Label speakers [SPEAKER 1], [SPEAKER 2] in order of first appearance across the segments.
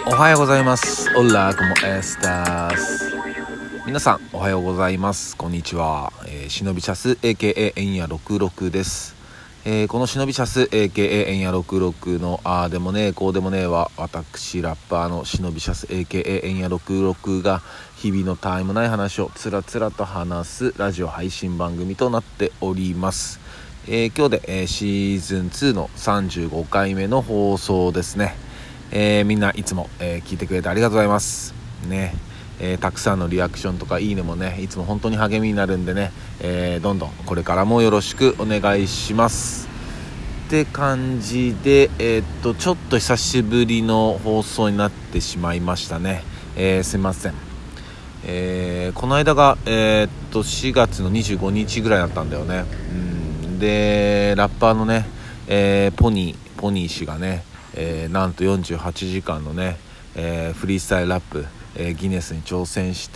[SPEAKER 1] おはようございます。オラコモエスタス。皆さんおはようございます。こんにちは。忍びシャス AKA エンヤ66です。この忍びシャス AKA エンヤ66のあーでもねえこうでもねえは、私ラッパーの忍びシャス AKA エンヤ66が日々のたわいもない話をつらつらと話すラジオ配信番組となっております。今日で、シーズン2の35回目の放送ですね。みんないつも、聞いてくれてありがとうございますね。たくさんのリアクションとかいいねもね、いつも本当に励みになるんでね、どんどんこれからもよろしくお願いしますって感じで、ちょっと久しぶりの放送になってしまいましたね。すいません。この間が、4月の25日ぐらいだったんだよね。でラッパーのね、ポニー氏がね、なんと48時間のね、フリースタイルラップ、ギネスに挑戦して、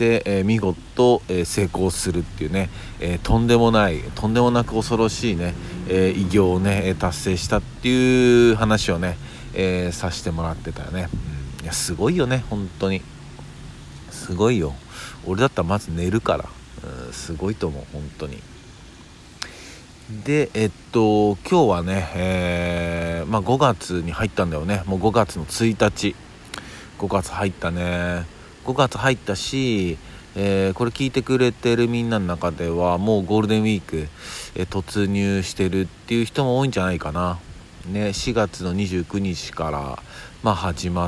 [SPEAKER 1] 見事、成功するっていうね、とんでもなく恐ろしいね、偉業をね達成したっていう話をね、させてもらってたよね。いやすごいよね、本当にすごいよ。俺だったらまず寝るから、すごいと思う本当に。で今日はね、5月に入ったんだよね。もう5月の1日5月入ったね。5月入ったし、これ聞いてくれてるみんなの中ではもうゴールデンウィーク、突入してるっていう人も多いんじゃないかなね。4月の29日から始まって、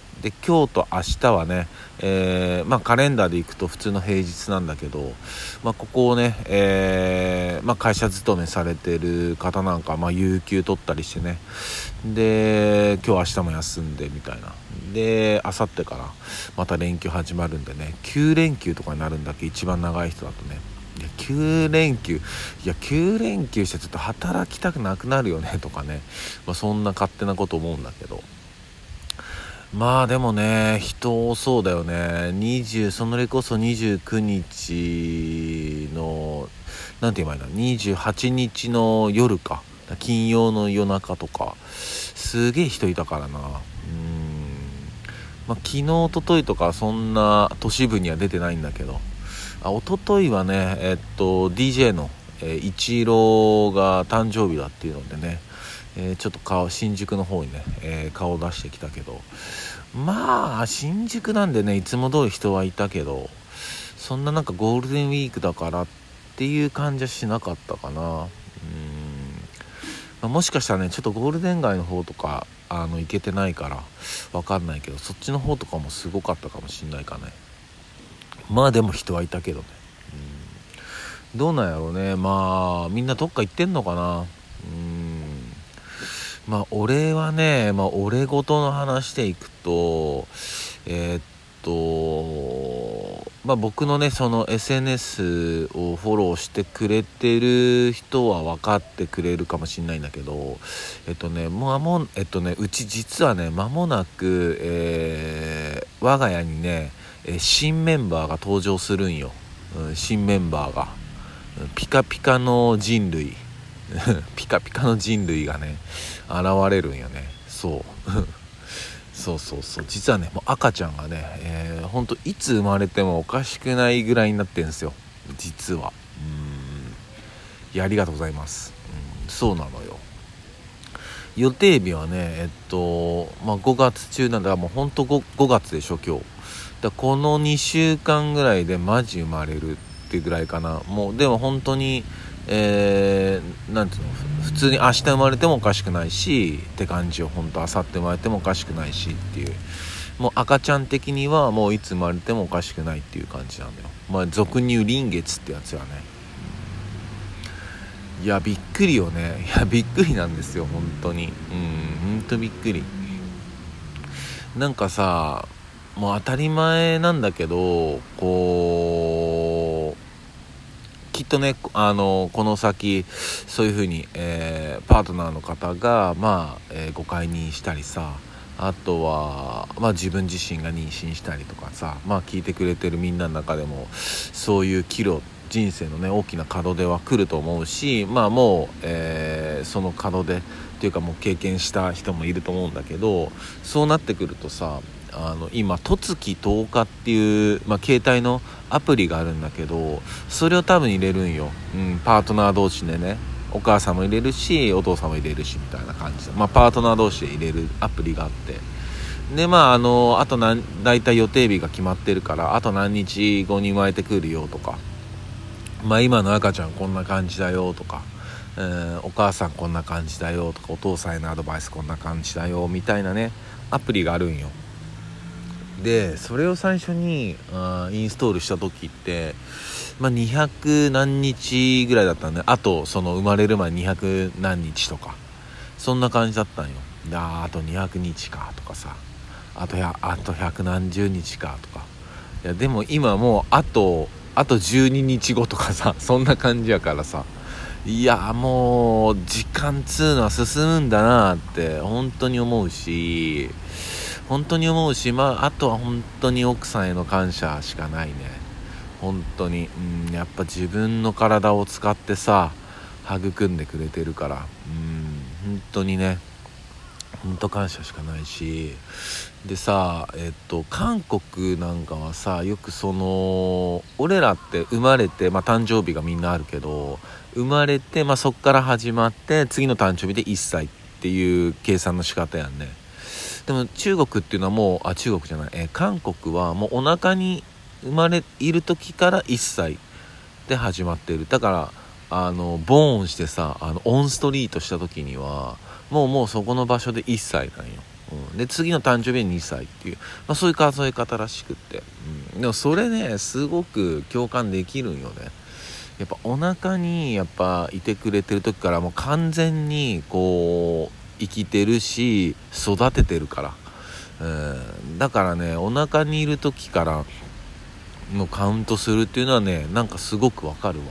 [SPEAKER 1] で今日と明日はね、カレンダーでいくと普通の平日なんだけど、ここをね、会社勤めされてる方なんか有給取ったりしてね、で今日明日も休んでみたいなで、明後日からまた連休始まるんでね、9連休とかになるんだっけ、一番長い人だとね。9連休してちょっと働きたくなくなるよねとかね、そんな勝手なこと思うんだけど、でもね人多そうだよね。そのれこそ29日のなんて言えばいいんだ、28日の夜か、金曜の夜中とかすげえ人いたからな。昨日一昨日とかそんな都市部には出てないんだけど、一昨日はねDJ の、イチローが誕生日だっていうのでね、ちょっと新宿の方にね、顔を出してきたけど、新宿なんでねいつも通り人はいたけど、そんななんかゴールデンウィークだからっていう感じはしなかったかな。もしかしたらねちょっとゴールデン街の方とか行けてないからわかんないけど、そっちの方とかもすごかったかもしんないかね。でも人はいたけどね。どうなんやろうね。みんなどっか行ってんのかな。俺はね、俺ごとの話でいくと、僕のねその SNS をフォローしてくれてる人は分かってくれるかもしれないんだけど、うち実はね間もなく、我が家にね新メンバーが登場するんよ。新メンバーがピカピカの人類ピカピカの人類がね現れるんよね。そう実はねもう赤ちゃんがね、ほんといつ生まれてもおかしくないぐらいになってるんですよ実は。いやありがとうございます。そうなのよ。予定日はね5月中なんだ。もうほんと 5月でしょ今日だ。この2週間ぐらいでマジ生まれるってぐらいかな。もうでも本当になんていうの、普通に明日生まれてもおかしくないしって感じよ。本当明後日生まれてもおかしくないしっていう、もう赤ちゃん的にはもういつ生まれてもおかしくないっていう感じなんだよ。俗に言う臨月ってやつはね。いやびっくりよね。いやびっくりなんですよ本当に。本当びっくり。なんかさもう当たり前なんだけど、きっとねこの先そういう風に、パートナーの方がご解任したりさ、あとは自分自身が妊娠したりとかさ、聞いてくれてるみんなの中でもそういう人生のね大きな門出は来ると思うし、もう、その門出っていうかもう経験した人もいると思うんだけど、そうなってくるとさ今とつき10日っていう、携帯のアプリがあるんだけど、それを多分入れるんよ、パートナー同士でね、お母さんも入れるしお父さんも入れるしみたいな感じで、パートナー同士で入れるアプリがあって、であとだいたい予定日が決まってるから、あと何日後に生まれてくるよとか、今の赤ちゃんこんな感じだよとか、お母さんこんな感じだよとか、お父さんへのアドバイスこんな感じだよみたいなねアプリがあるんよ。でそれを最初にインストールした時って、200何日ぐらいだったんで、あとその生まれる前200何日とかそんな感じだったんよ。あと200日かとかさ、あと100何十日かとか、いやでも今もうあと12日後とかさ、そんな感じやからさ、いやもう時間つうのは進むんだなって本当に思うし、あとは本当に奥さんへの感謝しかないね。本当に、やっぱ自分の体を使ってさ育んでくれてるから、本当にね、本当感謝しかないし、でさ、韓国なんかはさ、よく俺らって生まれて、誕生日がみんなあるけど、生まれて、そっから始まって次の誕生日で1歳っていう計算の仕方やんね。でも中国っていうのはもう中国じゃない、韓国はもうお腹に生まれいる時から1歳で始まってる。だからボーンしてさ、オンストリートした時にはもうそこの場所で1歳なんよ、で次の誕生日は2歳っていう、そういう数え方らしくって、でもそれねすごく共感できるんよね。やっぱお腹にやっぱいてくれてる時からもう完全にこう生きてるし育ててるから、だからねお腹にいる時からのカウントするっていうのはね、なんかすごくわかるわ。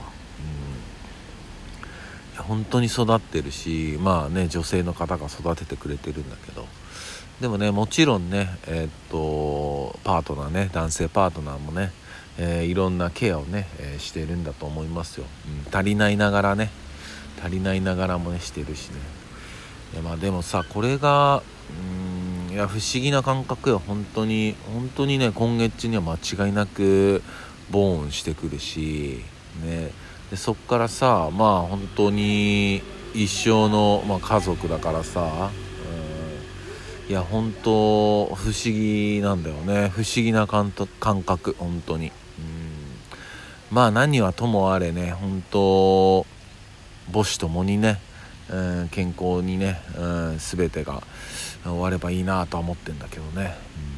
[SPEAKER 1] 本当に育ってるし、女性の方が育ててくれてるんだけど、でもねもちろんねパートナーね、男性パートナーもね、いろんなケアをね、してるんだと思いますよ、足りないながらもねしてるしね。でもさ、これがいや不思議な感覚よ。本当にね、今月には間違いなくボーンしてくるしね。でそっからさ、本当に一生の、家族だからさ、いや本当不思議なんだよね。不思議な感覚本当に。何はともあれね、本当母子ともにね、健康にね、全てが終わればいいなとは思ってんだけどね、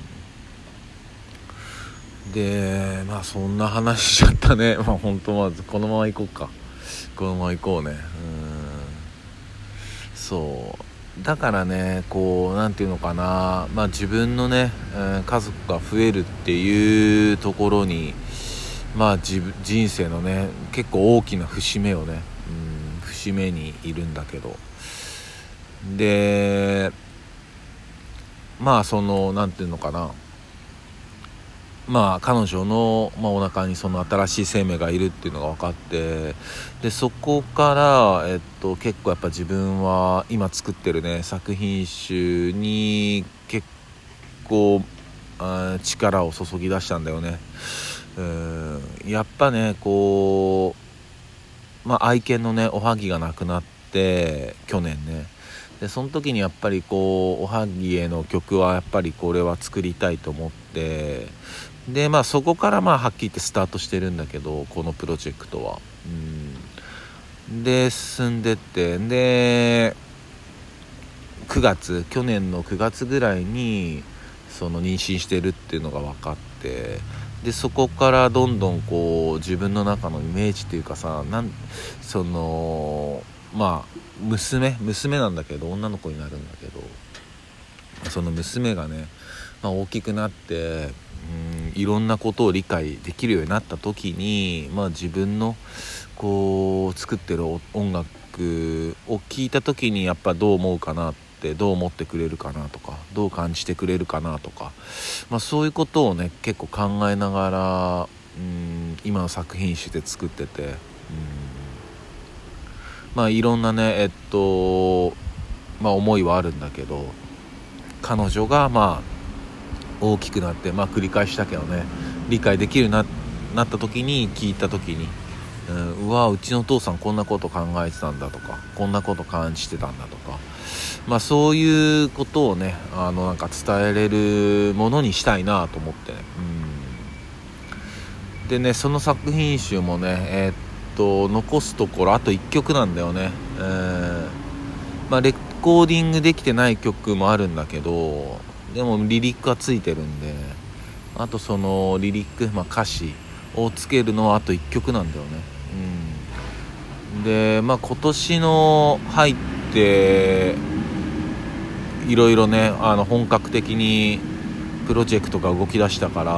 [SPEAKER 1] でそんな話しちゃったね。本当まずこのまま行こうね。そうだからね、こうなんていうのかな、自分のね、家族が増えるっていうところに人生のね結構大きな節目をね、節目にいるんだけど、でなんていうのかな、彼女の、お腹にその新しい生命がいるっていうのが分かって、でそこから、結構やっぱ自分は今作ってるね作品集に結構力を注ぎ出したんだよね。やっぱねこう、愛犬のねおはぎがなくなって去年ね、でその時にやっぱりこうおはぎへの曲はやっぱりこれは作りたいと思って、でそこからはっきり言ってスタートしてるんだけど、このプロジェクトはで進んでって、で去年の9月ぐらいにその妊娠してるっていうのが分かって、でそこからどんどんこう自分の中のイメージっていうかさ、娘なんだけど、女の子になるんだけど、その娘がね、大きくなっていろんなことを理解できるようになった時に、自分のこう作ってる音楽を聴いた時にやっぱどう思うかなって、どう思ってくれるかなとか、どう感じてくれるかなとか、そういうことをね結構考えながら今の作品集で作ってて、いろんなね思いはあるんだけど、彼女が大きくなって、繰り返したけどね、理解できるようになった時に聞いた時に、うちの父さんこんなこと考えてたんだとか、こんなこと感じてたんだとか、そういうことをねなんか伝えれるものにしたいなと思ってね、でね、その作品集もね残すところあと1曲なんだよね。レコーディングできてない曲もあるんだけど、でもリリックがついてるんで、あとそのリリック、歌詞をつけるのはあと1曲なんだよね。で今年の入っていろいろね本格的にプロジェクトが動き出したから、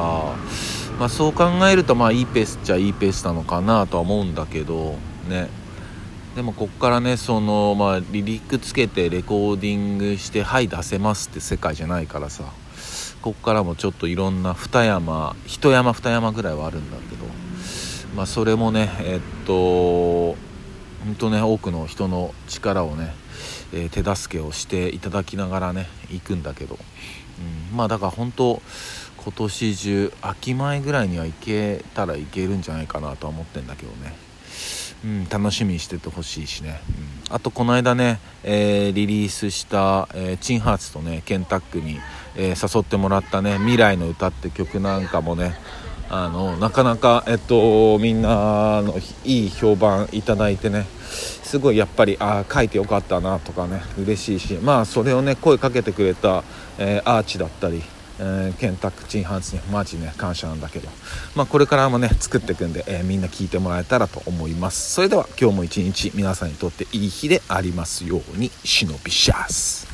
[SPEAKER 1] そう考えるといいペースっちゃいいペースなのかなとは思うんだけどね。でもこっからねリリックつけてレコーディングして出せますって世界じゃないからさ、こっからもちょっといろんな一山二山ぐらいはあるんだけど、それもね本当ね多くの人の力をね、手助けをしていただきながらね行くんだけど、だから本当今年中秋前ぐらいには行けたらいけるんじゃないかなとは思ってんだけどね。楽しみにしててほしいしね。あとこの間ね、リリースした、チンハーツとねケンタックに、誘ってもらったね未来の歌って曲なんかもねなかなかみんなのいい評判いただいてね、すごいやっぱり書いてよかったなとかね嬉しいし、それをね声かけてくれた、アーチだったり、ケンタックチンハーツにマジね感謝なんだけど、これからもね作っていくんで、みんな聞いてもらえたらと思います。それでは今日も一日皆さんにとっていい日でありますように。シノビシャス。